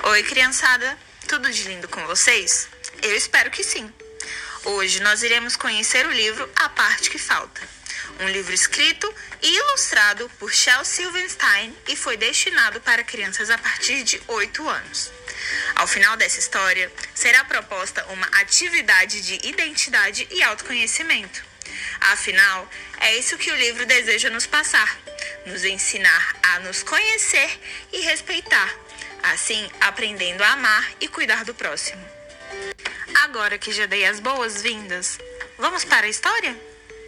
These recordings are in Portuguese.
Oi, criançada! Tudo de lindo com vocês? Eu espero que sim! Hoje nós iremos conhecer o livro A Parte que Falta, um livro escrito e ilustrado por Shel Silverstein e foi destinado para crianças a partir de 8 anos. Ao final dessa história, será proposta uma atividade de identidade e autoconhecimento. Afinal, é isso que o livro deseja nos passar, nos ensinar a nos conhecer e respeitar, assim aprendendo a amar e cuidar do próximo. Agora que já dei as boas-vindas, vamos para a história?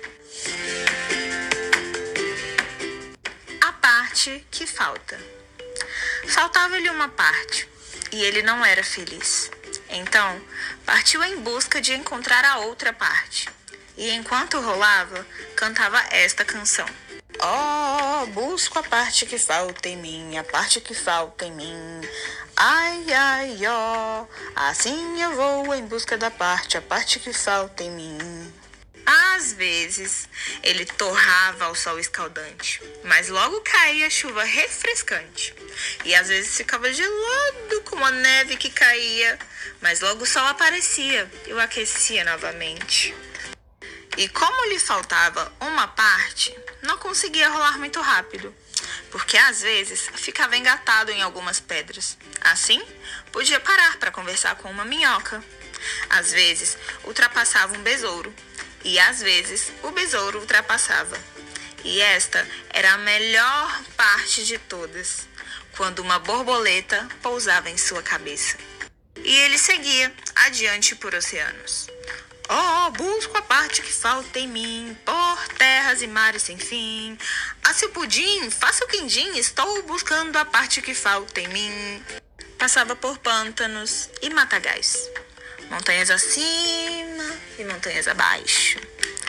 A parte que falta. Faltava-lhe uma parte, e ele não era feliz. Então, partiu em busca de encontrar a outra parte. E enquanto rolava, cantava esta canção. Oh, busco a parte que falta em mim, a parte que falta em mim. Ai, ai, ó, assim eu vou em busca da parte, a parte que falta em mim. Às vezes, ele torrava ao sol escaldante, mas logo caía chuva refrescante. E às vezes ficava gelado como a neve que caía, mas logo o sol aparecia e o aquecia novamente. E como lhe faltava uma parte, não conseguia rolar muito rápido, porque às vezes ficava engatado em algumas pedras. Assim, podia parar para conversar com uma minhoca. Às vezes, ultrapassava um besouro, e às vezes o besouro ultrapassava. E esta era a melhor parte de todas, quando uma borboleta pousava em sua cabeça. E ele seguia adiante por oceanos. Oh, busco a parte que falta em mim, por terras e mares sem fim. Asse o pudim, faça o quindim, estou buscando a parte que falta em mim. Passava por pântanos e matagais, montanhas acima e montanhas abaixo.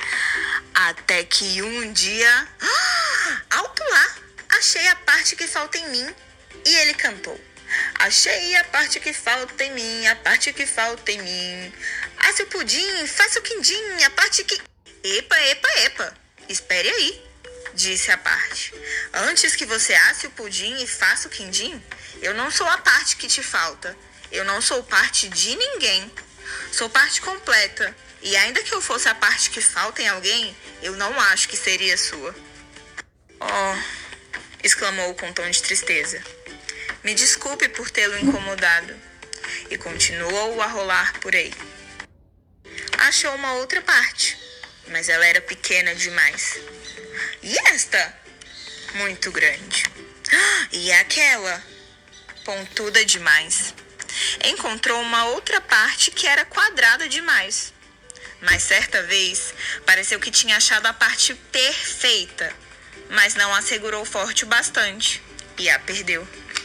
Até que um dia, alto lá, achei a parte que falta em mim. E ele cantou. Achei a parte que falta em mim, a parte que falta em mim. Asse o pudim, faça o quindim, a parte que... Epa, espere aí, disse a parte. Antes que você asse o pudim e faça o quindim, eu não sou a parte que te falta. Eu não sou parte de ninguém. Sou parte completa. E ainda que eu fosse a parte que falta em alguém, eu não acho que seria sua. Oh, exclamou com tom de tristeza. Me desculpe por tê-lo incomodado. E continuou a rolar por aí. Achou uma outra parte, mas ela era pequena demais. E esta? Muito grande. E aquela? Pontuda demais. Encontrou uma outra parte que era quadrada demais. Mas certa vez, pareceu que tinha achado a parte perfeita, mas não a segurou forte o bastante e a perdeu.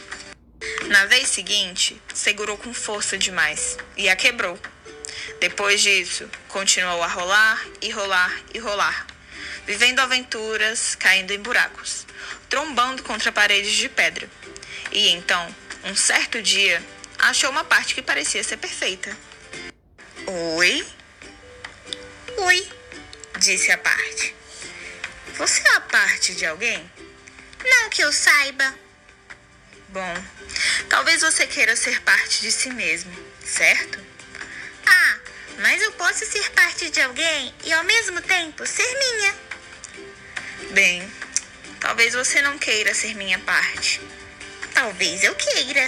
Na vez seguinte, segurou com força demais e a quebrou. Depois disso, continuou a rolar e rolar e rolar, vivendo aventuras, caindo em buracos, trombando contra paredes de pedra. E então, um certo dia, achou uma parte que parecia ser perfeita. Oi? Oi, disse a parte. Você é a parte de alguém? Não que eu saiba. Bom, talvez você queira ser parte de si mesmo, certo? Ah, mas eu posso ser parte de alguém e ao mesmo tempo ser minha. Bem, talvez você não queira ser minha parte. Talvez eu queira.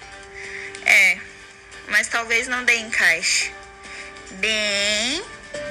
Mas talvez não dê encaixe. Bem...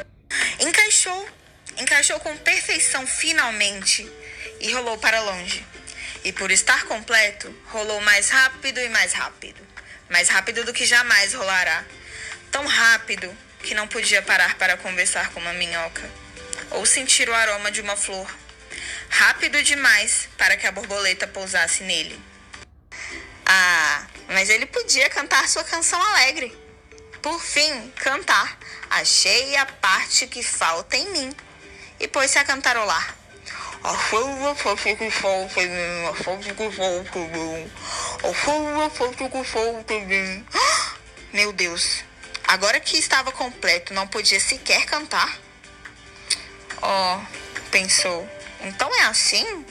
Encaixou com perfeição finalmente e rolou para longe. E por estar completo, rolou mais rápido e mais rápido. Mais rápido do que jamais rolará. Tão rápido que não podia parar para conversar com uma minhoca ou sentir o aroma de uma flor. Rápido demais para que a borboleta pousasse nele. Ah, mas ele podia cantar sua canção alegre. Por fim, cantar. Achei a parte que falta em mim. E pôs-se a cantarolar. Achei a parte que falta em mim, a parte que falta em mim. Achei a parte que falta em mim. Meu Deus, agora que estava completo, não podia sequer cantar? Oh, pensou, então é assim?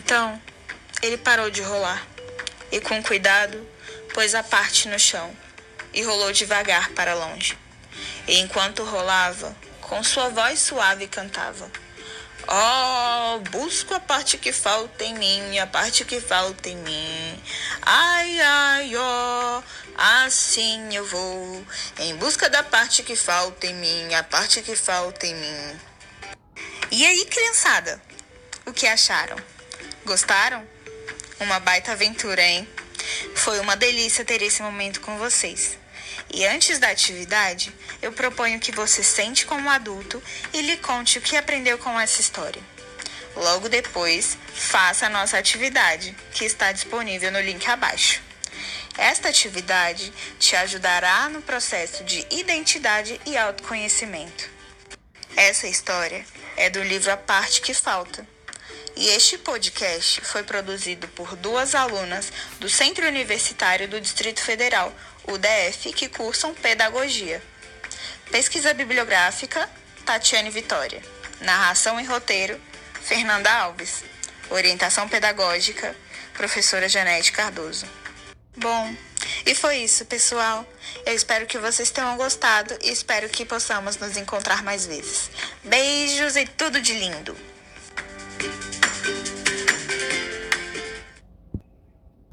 Então, ele parou de rolar e, com cuidado, pôs a parte no chão e rolou devagar para longe. E enquanto rolava, com sua voz suave cantava: Oh, busco a parte que falta em mim, a parte que falta em mim. Ai, ai, oh, assim eu vou, em busca da parte que falta em mim, a parte que falta em mim. E aí, criançada, o que acharam? Gostaram? Uma baita aventura, hein? Foi uma delícia ter esse momento com vocês. E antes da atividade, eu proponho que você sente como adulto e lhe conte o que aprendeu com essa história. Logo depois, faça a nossa atividade, que está disponível no link abaixo. Esta atividade te ajudará no processo de identidade e autoconhecimento. Essa história é do livro A Parte que Falta. E este podcast foi produzido por 2 alunas do Centro Universitário do Distrito Federal, UDF, que cursam Pedagogia. Pesquisa bibliográfica, Tatiane Vitória. Narração e roteiro, Fernanda Alves. Orientação pedagógica, professora Janete Cardoso. Bom, e foi isso, pessoal. Eu espero que vocês tenham gostado e espero que possamos nos encontrar mais vezes. Beijos e tudo de lindo!